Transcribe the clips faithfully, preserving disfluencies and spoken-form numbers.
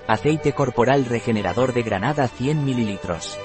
Aceite corporal regenerador de granada cien mililitros.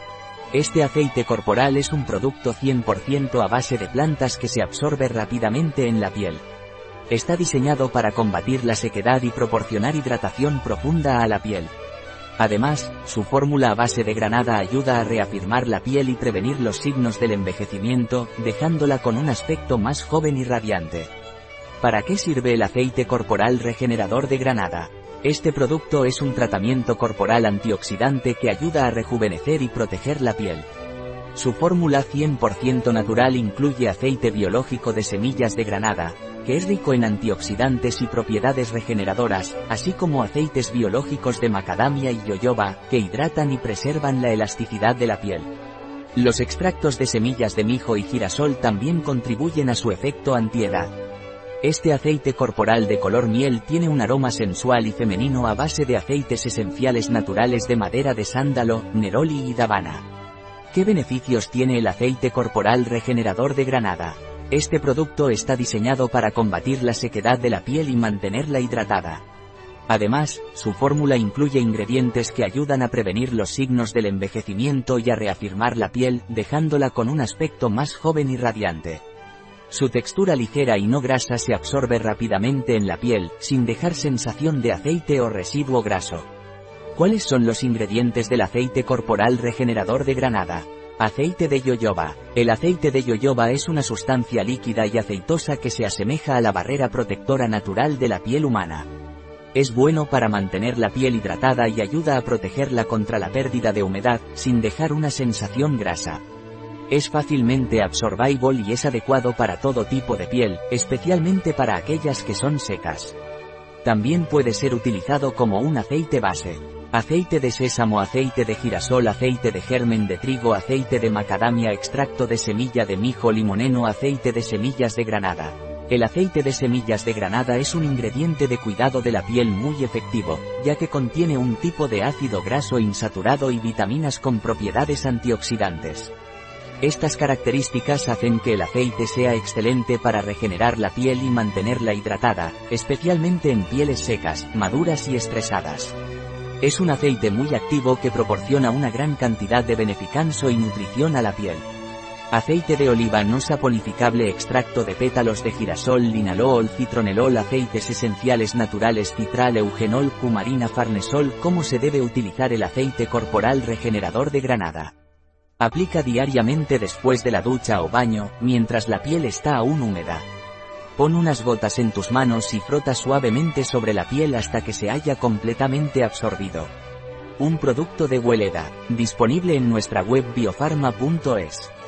Este aceite corporal es un producto cien por ciento a base de plantas que se absorbe rápidamente en la piel. Está diseñado para combatir la sequedad y proporcionar hidratación profunda a la piel. Además, su fórmula a base de granada ayuda a reafirmar la piel y prevenir los signos del envejecimiento, dejándola con un aspecto más joven y radiante. ¿Para qué sirve el aceite corporal regenerador de granada? Este producto es un tratamiento corporal antioxidante que ayuda a rejuvenecer y proteger la piel. Su fórmula cien por ciento natural incluye aceite biológico de semillas de granada, que es rico en antioxidantes y propiedades regeneradoras, así como aceites biológicos de macadamia y yoyoba, que hidratan y preservan la elasticidad de la piel. Los extractos de semillas de mijo y girasol también contribuyen a su efecto antiedad. Este aceite corporal de color miel tiene un aroma sensual y femenino a base de aceites esenciales naturales de madera de sándalo, neroli y davana. ¿Qué beneficios tiene el aceite corporal regenerador de granada? Este producto está diseñado para combatir la sequedad de la piel y mantenerla hidratada. Además, su fórmula incluye ingredientes que ayudan a prevenir los signos del envejecimiento y a reafirmar la piel, dejándola con un aspecto más joven y radiante. Su textura ligera y no grasa se absorbe rápidamente en la piel, sin dejar sensación de aceite o residuo graso. ¿Cuáles son los ingredientes del aceite corporal regenerador de granada? Aceite de yoyoba. El aceite de yoyoba es una sustancia líquida y aceitosa que se asemeja a la barrera protectora natural de la piel humana. Es bueno para mantener la piel hidratada y ayuda a protegerla contra la pérdida de humedad, sin dejar una sensación grasa. Es fácilmente absorbible y es adecuado para todo tipo de piel, especialmente para aquellas que son secas. También puede ser utilizado como un aceite base. Aceite de sésamo, aceite de girasol, aceite de germen de trigo, aceite de macadamia, extracto de semilla de mijo, limoneno, aceite de semillas de granada. El aceite de semillas de granada es un ingrediente de cuidado de la piel muy efectivo, ya que contiene un tipo de ácido graso insaturado y vitaminas con propiedades antioxidantes. Estas características hacen que el aceite sea excelente para regenerar la piel y mantenerla hidratada, especialmente en pieles secas, maduras y estresadas. Es un aceite muy activo que proporciona una gran cantidad de beneficanso y nutrición a la piel. Aceite de oliva no saponificable, extracto de pétalos de girasol, linalool, citronelol, aceites esenciales naturales, citral, eugenol, cumarina, farnesol. ¿Cómo se debe utilizar el aceite corporal regenerador de granada? Aplica diariamente después de la ducha o baño, mientras la piel está aún húmeda. Pon unas gotas en tus manos y frota suavemente sobre la piel hasta que se haya completamente absorbido. Un producto de Weleda, disponible en nuestra web biofarma punto es.